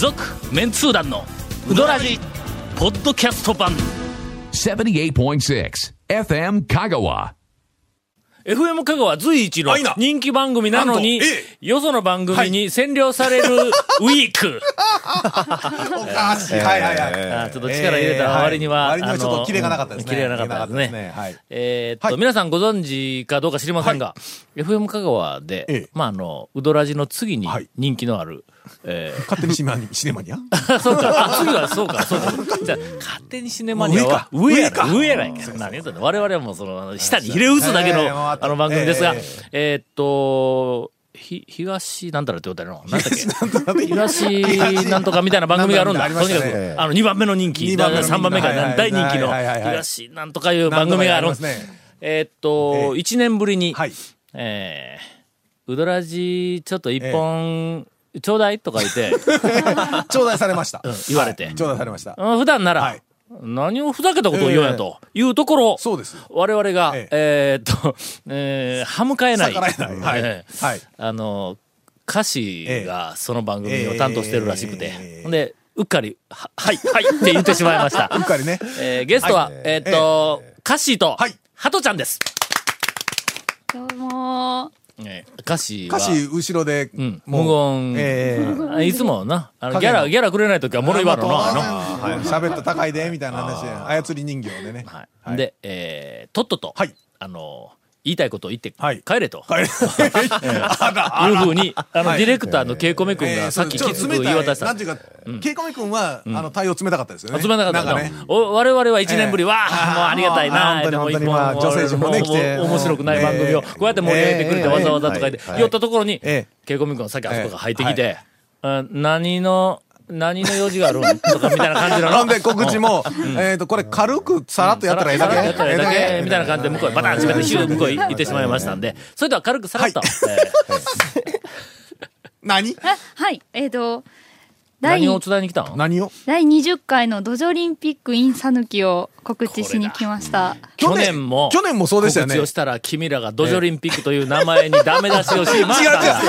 続メンツー団のウドラジポッドキャスト版 78.6 FM 香川。 FM 香川随一の人気番組なのに、よその番組に占領されるウィーク。 おかしい。はいはいはい。 ちょっと力入れた割には、 割にはちょっとキレがなかったですね。 キレがなかったですね。 はい。 皆さんご存知かどうか知りませんが、FM 香川で、ウドラジの次に人気のある、 勝手にシネマニアそうか、次はそうか。じゃあ、勝手にシネマニアは上やないか。何言うとんねん。我々はもうその、下にひれ打つだけの、番組ですが、東なんたらって言ったらのなんだっけ東なんとかみたいな番組があるんだ。とにかく、2番目の人気、3番目か大人気の東なんとかいう番組がある。1年ぶりに、ウドラジちょっと一本、ちょうだいとか言って、 頂戴されました。 言われて。 頂戴されました。 普段なら、何をふざけたことを言うんやというところ、 そうです。 我々が、歯向かえない。歌詞がその番組を担当してるらしくて、ほんで、うっかり、はいって言ってしまいました。 うっかりね。 ゲストは、カッシーと、ハトちゃんです。 どうも歌詞後ろで、 無言、いつもな、ギャラくれないときは物言わんのな。 喋った高いで、みたいな話で、操り人形でね。 で、とっとと、言いたいことを言って帰れと。いうふうに、ディレクターのケイコメ君がさっききつく言い渡した。 なんていうか、ケイコメ君は、対応冷たかったですよね。 冷たかったね。我々は1年ぶり、もうありがたいな、でも一本、 女性陣もね、来て。 面白くない番組を、こうやって盛り上げてくれてわざわざとか言って、寄ったところに、ケイコメ君がさっきあそこから入ってきて、何の用事があるんとかみたいな感じの。 ほんで告知も、これ軽くさらっとやったらええだけみたいな感じで向こうへバタン閉めてヒュー向こうへ行ってしまいましたんで、それでは軽くさらっと。 何？ はい、 何を伝えに来たの？ 何を？ 第20回のドジョリンピック in さぬきを告知しに来ました。 去年もそうでしたよね。 告知をしたら君らがドジョリンピックという名前にダメ出しをしました。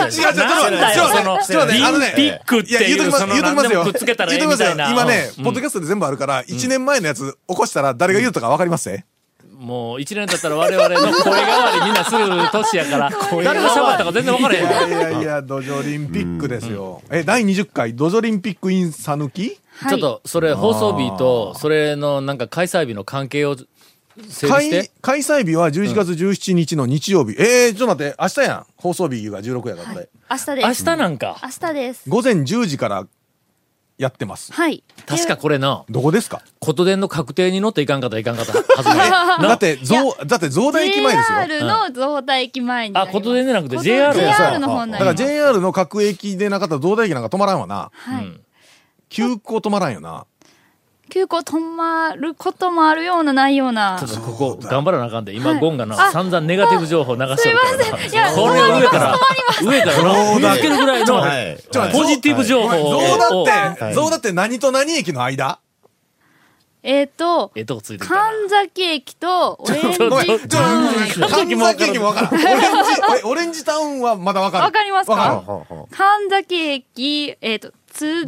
違う、 なんだよ、その、リンピックっていう、その何でもくっつけたらええみたいな。 今ね、ポッドキャストで全部あるから、1年前のやつ起こしたら誰が言うとか分かりますね。 もう1年経ったら我々の声変わりみんなする年やから、誰が喋ったか全然分からへん。 いや、ドジョリンピックですよ。第20回ドジョリンピック in さぬき？ ちょっと、それ放送日と、それのなんか開催日の関係を整理して。 開催日は11月17日の日曜日。ちょっと待って、明日やん。放送日が16やからって。 明日です。 明日なんか。 明日です。 午前10時からやってます。 はい。 確かこれな。 どこですか？ ことでんの確定に乗っていかんかったはずない。 だって増田駅前ですよ。 JR の増田駅前に。 ことでんじゃなくて JR の方になります。 だから JR の各駅でなかったら増田駅なんか止まらんわな。 はい。 急行止まらんよな。 急行止まることもあるようなないような。 ちょっとここ頑張らなあかんで、今ゴンがな散々ネガティブ情報流してるからな。これを上から見つけるぐらいのポジティブ情報を。 増田って何と何駅の間？ ついてるかな。 神崎駅とオレンジ。 神崎駅もわからん。オレンジタウンはまだわかる。 わかりますか？神崎駅、津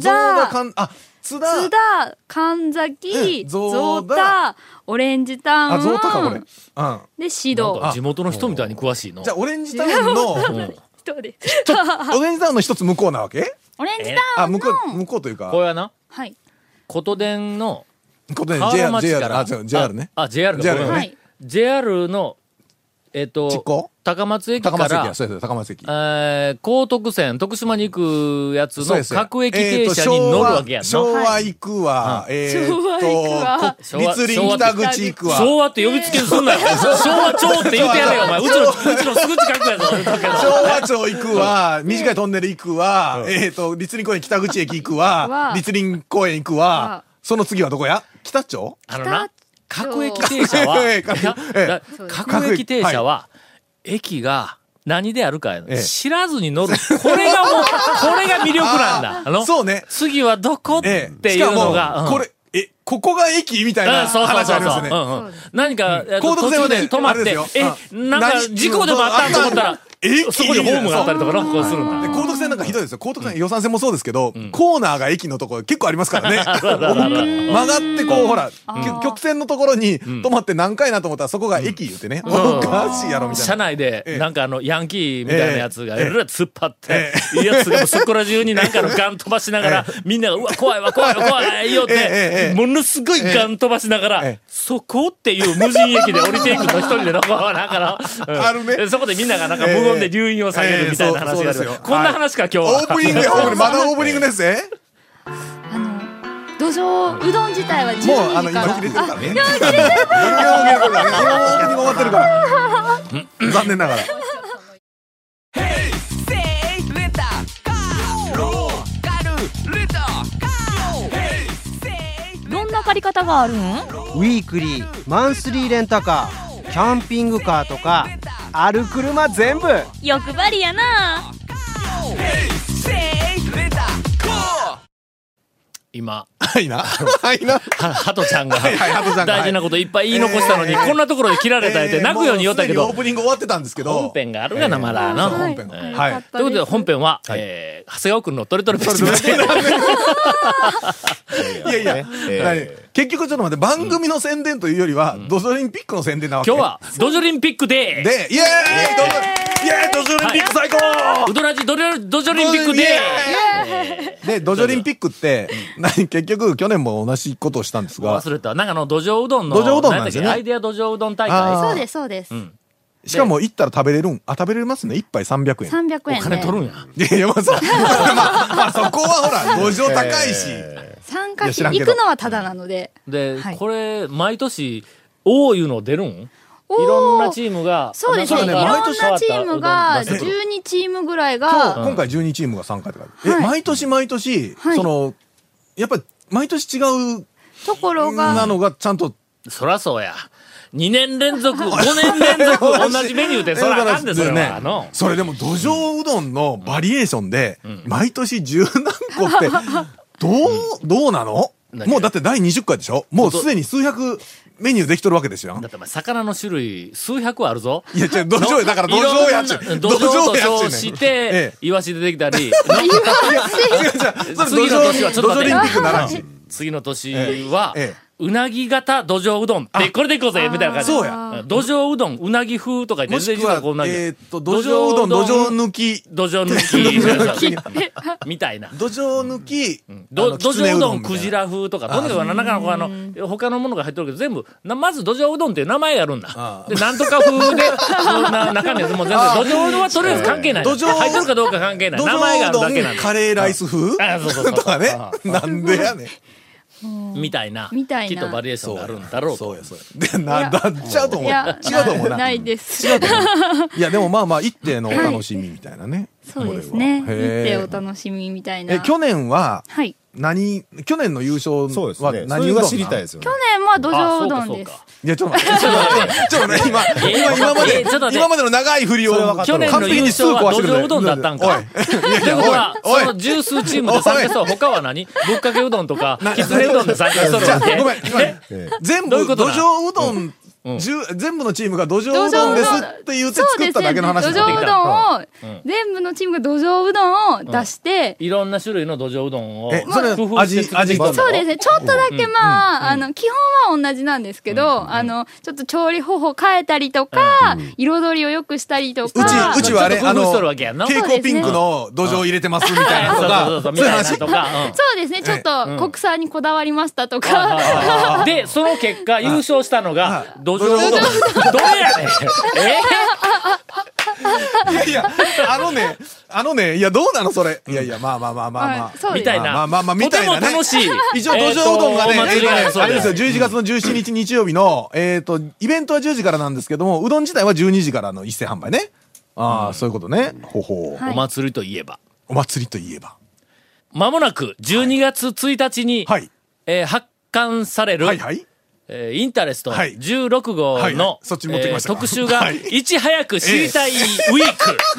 田、神崎、増田、オレンジタウン。 増田か、これ。 で、指導。 地元の人みたいに詳しいの。 じゃあ、オレンジタウンの、 人で。 オレンジタウンの一つ向こうなわけ？ オレンジタウンの。 向こうというか。 これはな。 はい。 ことでんの、 JR ね。 JR ね。JR の、高松駅から、 高松駅。 高徳線、徳島に行くやつの各駅停車に乗るわけやんな。 昭和行くわ、立林北口行くわ。 昭和って呼びつけすんなよ。昭和町って言うてやれよ、お前。うちのすぐ近くやぞ、 昭和町行くわ、短いトンネル行くわ、立林公園北口駅行くわ、立林公園行くわ、その次はどこや？北町？ 各駅停車は、各駅停車は、駅が何であるか知らずに乗る。これが魅力なんだ。 そうね。 次はどこっていうのが。 ここが駅みたいな話ありますね。 何か、 高速船まで止まって、なんか事故でもあったと思ったら、そこにホームがあったりとかなんかするんだ。 高速船なんかひどいですよ。高徳さん予算線もそうですけど、コーナーが駅のところ結構ありますからね。曲がってこう、ほら、曲線のところに止まって何回なと思ったらそこが駅言うてね。おかしいやろみたいな。 車内で、なんかヤンキーみたいなやつが、いろいろ突っ張って、いいやつがそこら中になんかのガン飛ばしながら、みんなが、うわ、怖いわ、怖いわ、怖いよって、ものすごいガン飛ばしながら、そこっていう無人駅で降りていくの一人での、なんかそこでみんながなんか無言で留飲を下げるみたいな話がある。こんな話か、今日は。 オープニングや、まだオープニングですね。 土壌うどん自体は12時から。 もう、今切れてるからね。今切れてるからね。今オープニング終わってるから。残念ながら。 どんな借り方があるん？ ウィークリー、マンスリーレンタカー、キャンピングカーとか、ある車全部。 欲張りやな。 今、 はいな。 ハトちゃんが大事なこといっぱい言い残したのに、こんなところで切られたって泣くように言ったけど、 オープニング終わってたんですけど、 本編があるがな、まだな。 本編が。はい。 ということで本編は、長谷川くんのトレトレピッチです。 いや、結局ちょっと待って、番組の宣伝というよりは、ドジョリンピックの宣伝なわけ。 今日は、ドジョリンピックデーで、イエーイドジョリンピック最高ウドラジドジョリンピックデーで、ドジョリンピックって、結局去年も同じことをしたんですが。 忘れた。なんか土壌うどんの、 土壌うどんなんですよね。 アイデア土壌うどん大会。 そうです、そうです。 しかも行ったら食べれるん。食べれますね。一杯300円。 300円。 お金取るんや。 いや、まあそこはほら、土壌高いし。 参加し、行くのはタダなので。 で、これ、毎年、いうの出るん？いろんなチームが。 そうですね。いろんなチームが、12チームぐらいが。 今回12チームが参加って書いて。毎年、やっぱり、毎年違うところが。 なのがちゃんと。 そらそうや。2年連続、5年連続同じメニューで、そらなんでそれは。 それでも土壌うどんのバリエーションで、毎年十何個って、どうなの？もうだって第20回でしょ？もうすでに数百メニューできとるわけですよ。 だって魚の種類数百あるぞ。 いや、土壌だから土壌やっちゅう。 土壌と称して、イワシ出てきたり。 次の年はちょっと待って。 次の年は、うなぎ型土壌うどんって、これでいこうぜみたいな感じ。 そうや。 土壌うどん、うなぎ風とかもしくは、土壌うどん、土壌抜き。 土壌抜き。みたいな。 土壌抜き。 土壌うどん、クジラ風とか、とにかくなんか他のものが入ってるけど、全部、まず土壌うどんっていう名前があるんだ。で、なんとか風で、中身はもう全然、土壌うどんはとりあえず関係ない。入ってるかどうか関係ない。名前があるだけなんだ。 カレーライス風とかね。なんでやねん。 みたいな。きっとバリエーションがあるんだろうと。 そうや。で、なっちゃうと思う。違うと思うな。 ないです。 違うと思う。いや、でもまあまあ、一定のお楽しみみたいなね。 そうですね。一定お楽しみみたいな。 去年は、 はい。 去年の優勝は何が知りたいですよね。 去年は土壌うどんです。 いや、ちょっと待って。今までの長い振りを去年の優勝は土壌うどんだったんか。いや、その十数チームで参加した他は何？ぶっかけうどんとか、きつねうどんで参加しとるわけ。 ごめん、全部土壌うどん、全部のチームが土壌うどんですって言って作っただけの話土壌うどんを、全部のチームが土壌うどんを出して、 いろんな種類の土壌うどんを工夫して作ってそうですね。ちょっとだけまあ、基本は同じなんですけど、ちょっと調理方法変えたりとか、彩りを良くしたりとか。 うちはあれ、蛍光ピンクの土壌入れてますみたいなとか、そういう話とか。 そうですね。ちょっと国産にこだわりましたとか。 で、その結果、優勝したのが、土壌うどん。どれやねん。 いや、いや、どうなのそれ。いや、まあ。 みたいな。 みたいなね。 とても楽しい。 一応、土壌うどんがね、あれですよ、11月の17日日曜日の、イベントは10時からなんですけども、うどん自体は12時からの一斉販売ね。ああ、そういうことね。 お祭りといえば。まもなく、12月1日に、発刊される、インタレスト16号の特集がいち早く知りたいウィ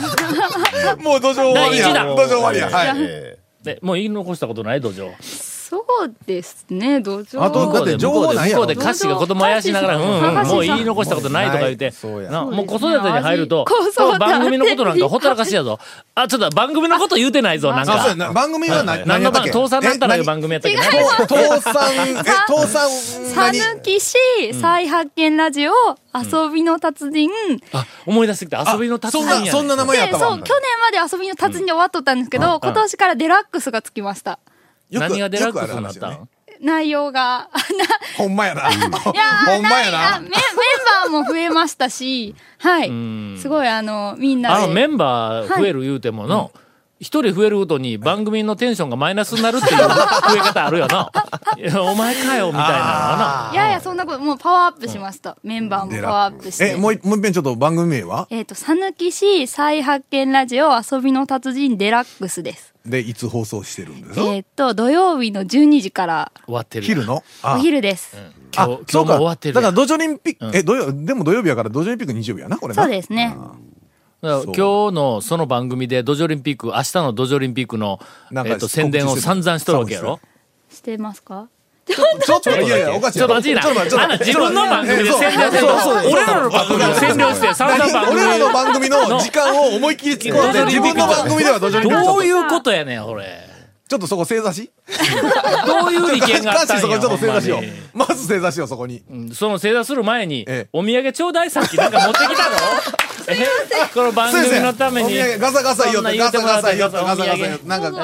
ーク。もう土壌終わりや。土壌終わりや。 もう言い残したことない土壌。 そうですね、土壌。 あとだって情報ないやろ。 向こうで歌詞が子供あやしながら、もう言い残したことないとか言って、もう子育てに入ると、番組のことなんかほったらかしやぞ。あ、ちょっと番組のこと言うてないぞ、なんか。 番組は何やったっけ？父さんなんたらいう番組やったっけ？ 父さん、 さぬき市再発見ラジオ遊びの達人。 あ、思い出してきた。遊びの達人やね。 そんな名前やったわ。 そう、去年まで遊びの達人で終わっとったんですけど、今年からデラックスがつきました。 何がデラックスになったん？ 内容が。 ほんまやな。 いやほんまやな。 メンバーも増えましたし、はい。すごいみんなで。 メンバー増える言うてもの、一人増えるごとに番組のテンションがマイナスになるっていう増え方あるよな。いや、お前かよ、みたいなのはな。 いやいや、そんなこと、もうパワーアップしました。メンバーもパワーアップして。 もう一遍ちょっと番組名は？ さぬき市再発見ラジオ遊びの達人デラックスです。 で、いつ放送してるんですか？土曜日の12時から終わってる。 昼の？ お昼です。 今日も終わってる。 だから土壌オリンピック、でも土曜日やから土壌オリンピック日曜日やな、これな。 そうですね。 今日のその番組で土壌オリンピック、明日の土壌オリンピックの、宣伝を散々しとるわけやろ？ してますか？ ちょっと、いやいや、おかしい。 ちょっと待ちな。自分の番組で宣伝して、俺らの番組で宣伝して、散々番組。 俺らの番組の時間を思いっきり使って自分の番組では土壌オリンピック。 どういうことやねん、俺。 ちょっとそこ正座しどういう意見があったんや。 そこちょっと正座しよう。まず正座しよう、そこに。 その正座する前に、お土産ちょうだい、さっきなんか持ってきたの？この番組のために。 ガサガサ言おうって、ガサガサ言おうって、ガサガサ言おう。なんか、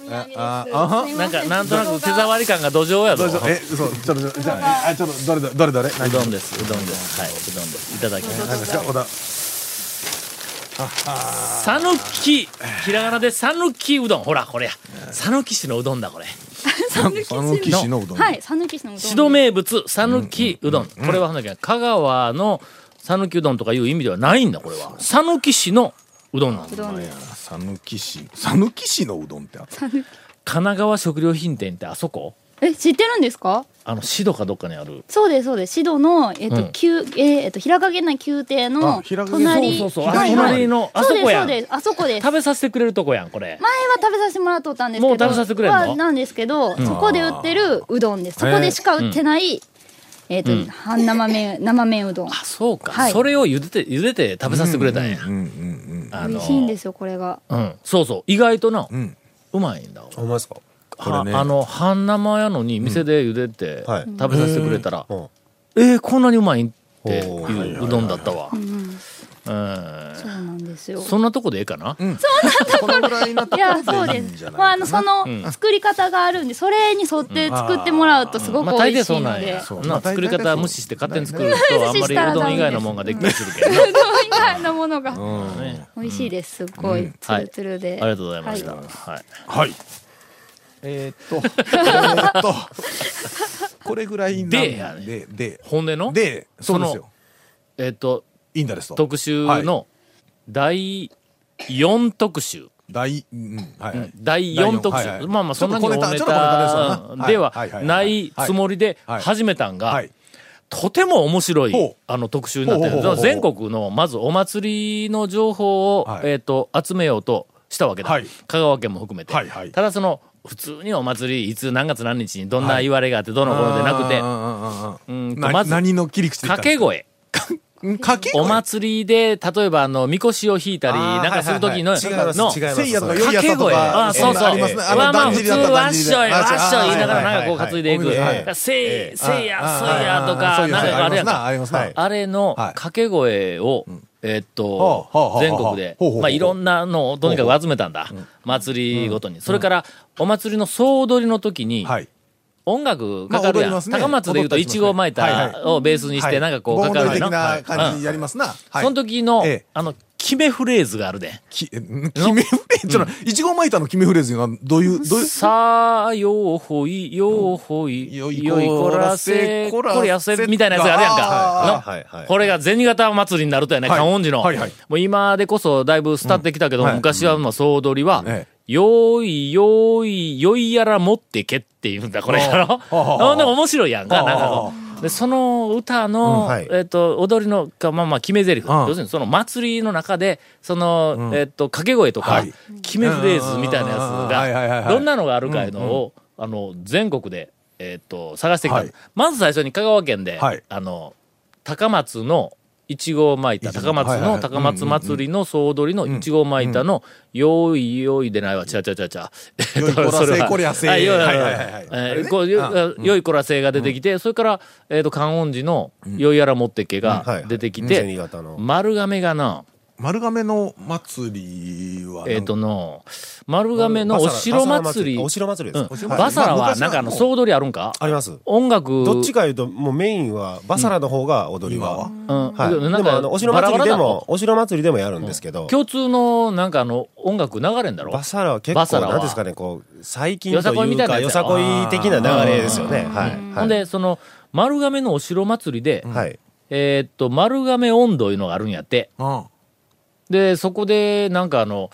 なんとなく手触り感が土壌やぞ。 そう、ちょっと、じゃあ、ちょっと、どれうどんです、うどんです。はい、うどんです。いただきます。 何ですか、小田。 さぬき、ひらがなでさぬきうどん。ほら、これや。さぬき市のうどんだ、これ。 さぬき市のうどん。 はい、さぬき市のうどん。 市戸名物、さぬきうどん。これは香川のさぬきうどんとかいう意味ではないんだ、これは。さぬき市のうどんなんだ。 さぬき市のうどんってあった。 神奈川食料品店ってあそこ？ 知ってるんですか？ シドかどっかにある。 そうです、そうです。シドの、平賀源内宮廷の隣。 そう、隣の、あそこやん。 そうです、あそこです。 食べさせてくれるとこやん、これ。 前は食べさせてもらっとったんですけど。 もう食べさせてくれるの？ なんですけど、そこで売ってるうどんです。そこでしか売ってない、半生麺うどん。 あ、そうか。それを茹でて食べさせてくれたんや。 美味しいんですよ、これが。 そう。意外とな、うまいんだ。 ほんまですか？ 半生やのに店で茹でて食べさせてくれたら、こんなにうまいんっていううどんだったわ。 そうなんですよ。 そんなとこでええかな？ そんなところ。いや、そうです。その作り方があるんで、それに沿って作ってもらうとすごく美味しいので。 作り方無視して勝手に作るとあんまりうどん以外のもんができたりするけど。 うどん以外のものが美味しいです。すごいツルツルで。 ありがとうございました。 はい。これぐらいなんで、 本音ので、そうですよ。インダレスト特集の第4特集。第4特集。まあそんなに大ネタではないつもりで始めたんが、とても面白い特集になってる。全国のまずお祭りの情報を集めようとしたわけだ。香川県も含めて。ただその普通にお祭りいつ何月何日にどんな言われがあってどの頃でなくて、まず何の切り口で掛け声。お祭りで例えばみこしを引いたりなんかする時のせいやとか掛け声。そうそう。普通わっしょいわっしょい言いながらなんかこう担いでいく。せいやそいやとかなんかあるやんか。あれの掛け声を全国でいろんなのをとにかく集めたんだ。祭りごとに。それからお祭りの総踊りの時に音楽かかるやん。高松で言うといちご巻いたをベースにしてなんかこうかかるやん。その時の決めフレーズがあるで。 決めフレーズいちご巻いたの決めフレーズがどういうさあようほいようほいよいこらせこれやせみたいなやつがあるやんか。これが銭形祭りになるとやね、観音寺の。もう今でこそだいぶ廃ってきたけど昔は総踊りはよいよいよいやら持ってけって言うんだこれやろ。面白いやんか。なんかでその歌の踊りの決め台詞、要するにその祭りの中でその掛け声とか決めフレーズみたいなやつがどんなのがあるかいうのを全国で、探してきた。 はいまず最初に香川県で、 はい高松のいちごを巻いた、高松の高松祭りの総踊りのいちごを巻いたの、よいよいでないわ、ちゃ。 よいこらせいこりゃせい。 はいはいはいはい。 よいこらせいが出てきて、それから、観音寺のよいやら持ってっけが出てきて、 新潟の丸亀がな、 丸亀の祭りは丸亀のお城祭り、 お城祭りです。 バサラはなんか総踊りあるんか？ あります。 音楽。 どっちかいうと、もうメインは、バサラの方が踊りは。はい。でなんかも、お城祭りでも、お城祭りでもやるんですけど。 共通のなんか音楽流れんだろ？ バサラは結構、なんですかね、こう、最近とよさこいみたいないうか、よさこい的な流れですよね。はい。 ほんで、丸亀のお城祭りで、 はい。 丸亀音頭いうのがあるんやって。で、そこで、なんかなん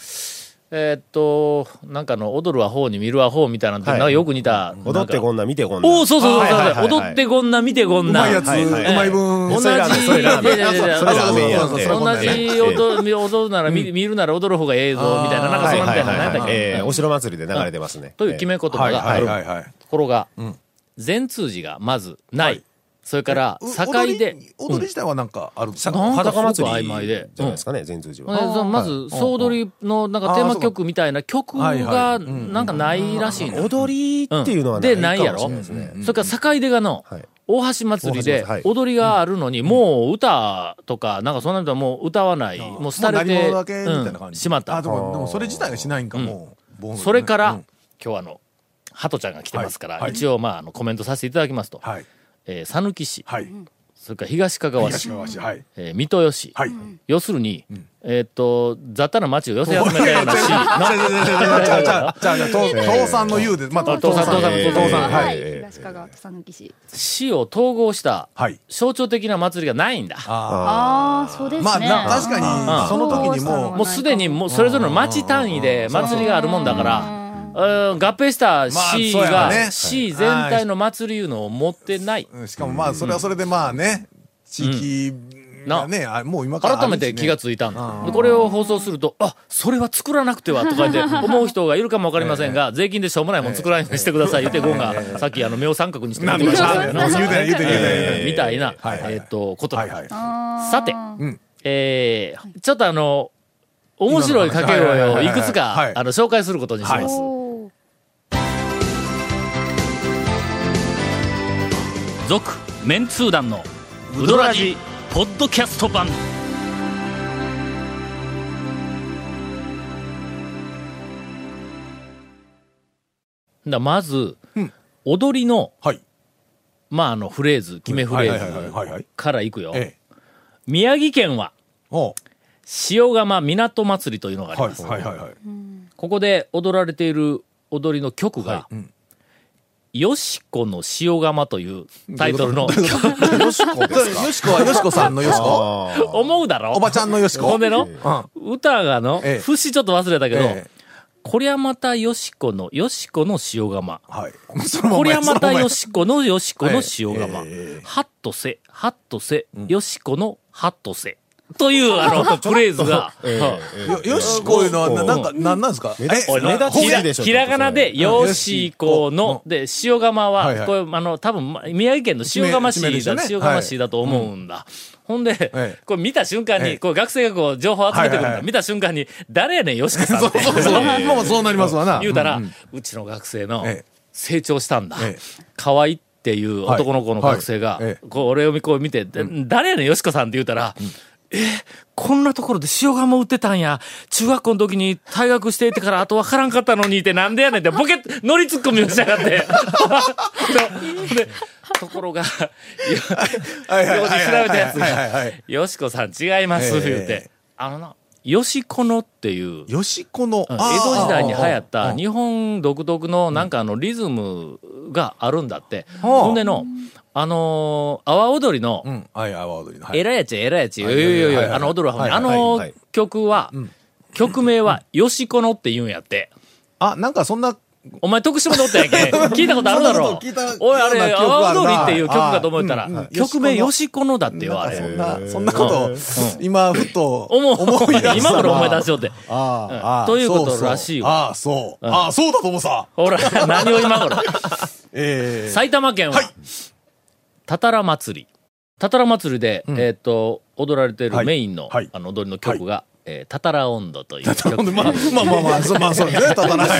か踊るは方に見るは方みたいなのと、なんかよく似た。 踊ってこんな、見てこんな。 おお、そう。踊ってこんな、見てこんな。 うまいやつ、うまい分。 同じ、踊るなら、見るなら踊る方がええぞ、みたいな、なんかそんなみたいな、なんだっけ。 お城祭りで流れてますね。 という決め言葉がある。ところが、善通寺がまずない。それから、境で。 踊り自体はなんかあるんですか？ 裸祭り曖昧で。 じゃないですかね、善通寺は。 まず、総踊りのなんかテーマ曲みたいな曲がなんかないらしいの。 踊りっていうのはで、ないやろ？それから境出がの、大橋祭りで踊りがあるのに、もう歌とか、なんかそんなのはもう歌わない。もう廃れてしまった。 でもそれ自体がしないんかもう。 それから、今日ハトちゃんが来てますから、一応コメントさせていただきますと。讃岐市、それから東かがわ市、三豊市、要するに、雑多な町を寄せ集めたような市。 倒産の言うで、倒産。 東かがわと讃岐市。 市を統合した象徴的な祭りがないんだ。 そうですね。 確かに、その時にもうすでにそれぞれの町単位で祭りがあるもんだから、合併した市が、市全体の祭りいうのを持ってない。 しかもそれはそれで地域がね、もう今から改めて気がついたんだ。これを放送すると、それは作らなくてはとか言って思う人がいるかもわかりませんが、税金でしょうもないもん作らないようにしてください言ってゴンが、さっき目を三角にしてくれましたよね。みたいな、ことだ。さて、ちょっと面白い掛け声をいくつか紹介することにします。続メンツー団のウドラジポッドキャスト版。まず、踊りの、フレーズ、決めフレーズからいくよ。宮城県は塩釜港祭りというのがあります。ここで踊られている踊りの曲が、よしこの塩釜というタイトルのよしこですか？よしこはよしこさんのよしこ？ 思うだろ？ おばちゃんのよしこ？ ほんでの歌が節ちょっと忘れたけど、こりゃまたよしこの塩釜。こりゃまたよしこの塩釜。ハッとせ、よしこのハッとせ。というフレーズが。 よしこいうのはなんですか？ ひらがなでよしこの、で、塩釜は、これ多分宮城県の塩釜市だと思うんだ。ほんで、これ見た瞬間に、学生が情報集めてくるんだ。見た瞬間に、誰やねん、よしこさんって。 そうなりますわな。 言うたら、うちの学生の成長したんだ。河合っていう男の子の学生が、俺を見て、誰やねん、よしこさんって言うたら、こんなところで塩釜売ってたんや。中学校の時に退学していてからあとわからんかったのにってなんでやねんってボケ、乗りツッコミをしやがって。で、ところが、よく調べたやつが、よしこさん違います、言うて。よしこのっていう、 よしこの、 江戸時代に流行った日本独特のなんかリズムがあるんだって。ほんでの、阿波踊りの、えらやち、踊るは曲は、曲名は、よしこのって言うんやって。 なんかそんなお前徳島でおったやんけ。聞いたことあるだろ。おい、あれ、阿波踊りっていう曲かと思ったら、曲名、よしこのだってよ、あれ。 そんなこと、今、ふっと思い出した。 今頃思い出しようって。ということらしいわ。 そうだと思うさ。 ほら、何を今頃。埼玉県は、たたら祭り。たたら祭りで、踊られているメインの、踊りの曲が、たたら音頭という曲。 まあ、そうですね。たたら。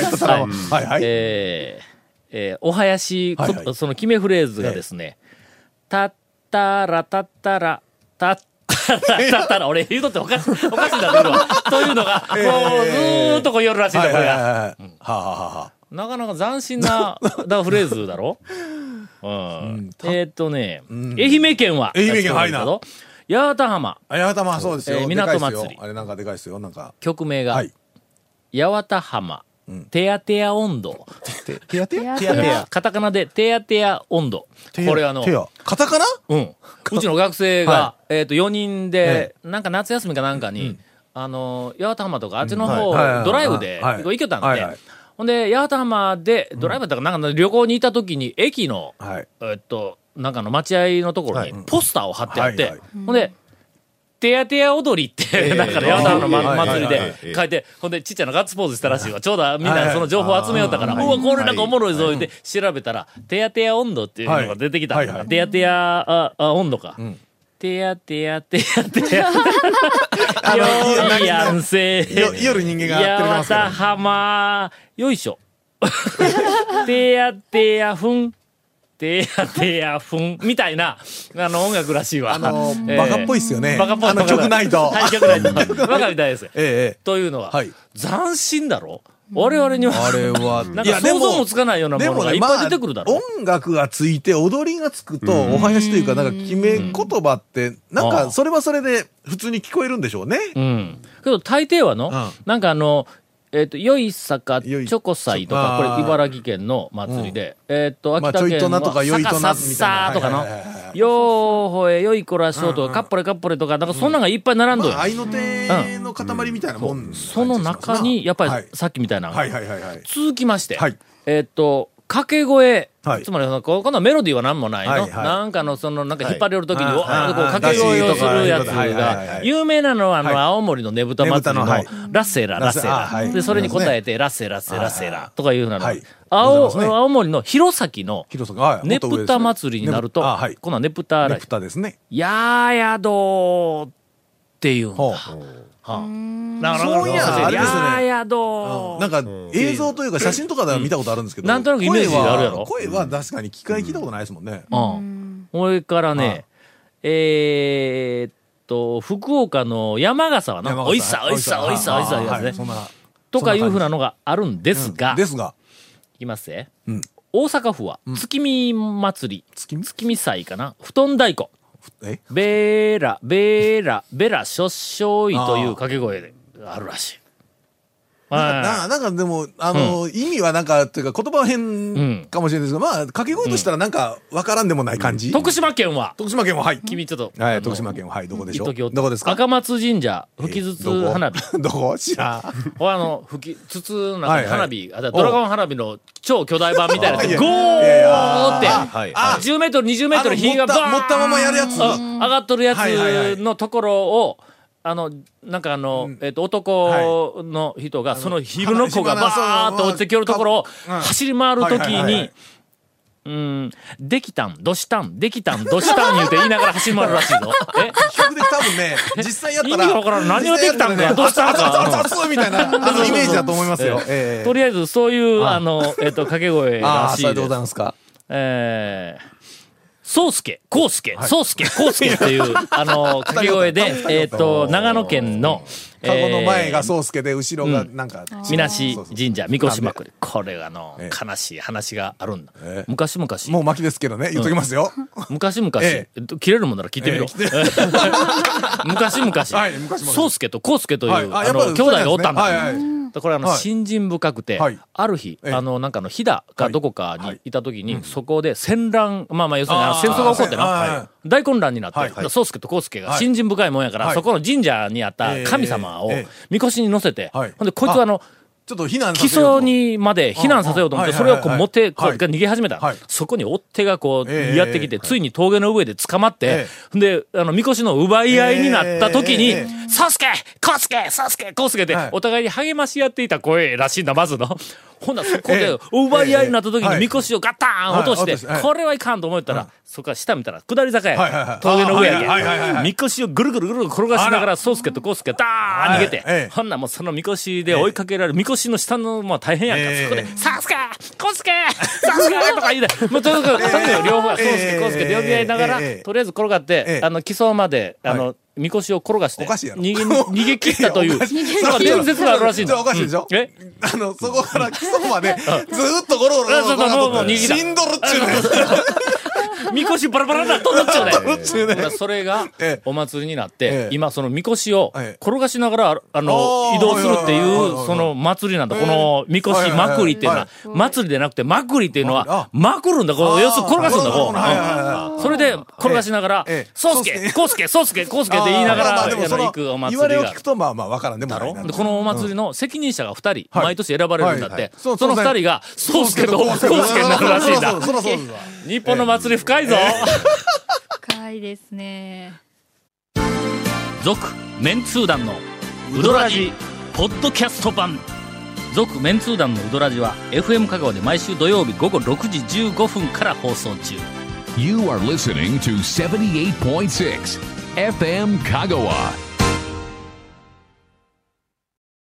お囃子、その決めフレーズがですね、たったらたったら、たったら、俺言うとっておかしいんだってるわ。というのが、もうずーっとこう言るらしいんだ、これが。なかなか斬新なフレーズだろ。愛媛県は、 はいな。 八幡浜。 八幡浜、そうですよ。 港祭り。 あれなんかでかいですよ、なんか。 曲名が、八幡浜、てやてや温度。 てやてやカタカナでてやてや温度。これカタカナ？ うちの学生が、4人で、なんか夏休みかなんかに、八幡浜とかあっちの方、ドライブで行けたんで、ほんで、八幡浜で、ドライブだったかなんか旅行にいた時に、駅の、なんかの待合のところにポスターを貼ってあって、ほんで、てやてや踊りって、なんかね、八幡浜の祭りで書いて、ほんで、ちっちゃなガッツポーズしたらしいわ。ちょうどみんなその情報を集めよったから、うわ、これなんかおもろいぞ、って調べたら、てやてや温度っていうのが出てきた。てやてや温度か。てやてやてやてや。よいやんせ。 夜人間がやってますから。 八幡浜、よいしょ。てやてやふん。てやてやふん。みたいな、音楽らしいわ。 バカっぽいっすよね。 バカっぽい。 曲ないと。 はい、曲ないと。バカみたいです。というのは、 斬新だろ？我々には、 あれは、 なんか想像もつかないようなものがいっぱい出てくるだろ。 音楽がついて踊りがつくと、お囃子というか、なんか決め言葉って、なんかそれはそれで普通に聞こえるんでしょうね。 けど大抵はなんかよいさかチョコ祭とか、これ茨城県の祭りで、秋田県のさかさっさとかの、よーほえ、よいこらしょうとか、かっぽれかっぽれとか、なんかそんなんがいっぱい並んどる。 愛の手の塊みたいなもん。 その中に、やっぱりさっきみたいなのが続きまして、掛け声、つまりこのメロディーは何もないの。なんかなんか引っ張れるときに、掛け声をするやつが、有名なのは青森のねぶた祭りのラッセラ、ラッセラ。で、それに答えて、ラッセラッセラッセラとかいうふうなの。青森の弘前のねぷた祭りになると、このねぷたら、やーやどーっていうんだ。 そういや、あれですね。なんか映像というか写真とかでは見たことあるんですけど、 なんとなくイメージがあるやろ。 声は確かに機械聞いたことないですもんね。 それからね、福岡の山笠はな、おいっさおいっさおいっさおいっさやつね。とかいうふうなのがあるんですが、いきますね。大阪府は月見祭り、月見祭かな、布団太鼓。ベーラ、ベーラ、ベラ、しょっしょいという掛け声であるらしい。 なんかでも、意味はなんか、というか言葉は変かもしれないですけど、まあ、掛け声としたらなんか、わからんでもない感じ。 徳島県は、 はい。 君ちょっと。 はい、徳島県は、はい、どこでしょう。どこですか？ 赤松神社、吹き筒花火。 どこ知らん。 吹き筒の中に花火、ドラゴン花火の超巨大版みたいなやつ、ゴーって、10メートル、20メートル火がバーン持ったままやるやつ。 上がっとるやつのところを、なんか男の人が、その火の粉がバーッと落ちてきよるところを、走り回るときに、できたん、どしたん、できたん、どしたん言うて言いながら走り回るらしいぞ。 比較的多分ね、実際やったら。 意味わからん。何ができたんだよ、どしたんか。 みたいな、イメージだと思いますよ。 とりあえず、そういう、掛け声らしいです。 ありがとうございますか。 そうすけ、こうすけ、そうすけ、こうすけっていう、掛け声で、長野県の、 カゴの前が宗介で、後ろがなんか、 みなし神社、みこしまくり。これが悲しい話があるんだ。昔々。 もう巻きですけどね、言っときますよ。 昔々、切れるもんなら切ってみろ。昔々、宗介とこうすけという、兄弟がおったんだ。これ信心深くて、ある日、なんか飛騨かどこかにいた時に、そこで戦乱、まあ要するに戦争が起こってな、大混乱になって、宗介とこうすけが信心深いもんやから、そこの神社にあった神様をみこしに乗せて、ほんでこいつはちょっと避難さ基せようと。 礎にまで避難させようと思って、それをこう持って、こう逃げ始めた。そこに追っ手がこう、やってきて、ついに峠の上で捕まって、で、みこしの奪い合いになった時に、宗介康介宗介康介って、お互いに励まし合っていた声らしいんだ、まずの。ほんならそこで、奪い合いになった時に、みこしをガッターン落として、これはいかんと思ったら、そこから下見たら、下り坂や。峠の上やけ。みこしをぐるぐるぐる転がしながら、宗介と康介がダーン逃げて、ほんならもうそのみこしで追いかけられる、みこしの下の、まあ大変やんか。そこで、宗介康介宗介とか言うて、もうとにかく、両方が宗介康介で呼び合いながら、とりあえず転がって、基礎まで、みこしを転がして、逃げ切ったという、なんか伝説があるらしいんだ。 おかしいでしょ？そこから基礎まで、ずーっとゴロゴロゴロゴロ死んどるっちゅうね。 みこしバラバラな飛んだっちゅうね。それがお祭りになって、今そのみこしを転がしながら、移動するっていう、その祭りなんだ。このみこしまくりっていうのは、祭りでなくてまくりっていうのは、まくるんだ。こう、要するに転がすんだ、こう。それで転がしながら、宗介康介宗介康介って言いながら、行くお祭りが。 言われを聞くと、まあまあわからんでもないな。 で、このお祭りの責任者が2人、毎年選ばれるんだって、その2人が、宗介と康介になるらしいんだ。日本の祭り深いぞ。 深いですね。 続メンツー団のウドラジポッドキャスト版。続メンツー団のウドラジは FM 香川で毎週土曜日午後6時15分から放送中。 You are listening to 78.6 FM 香川。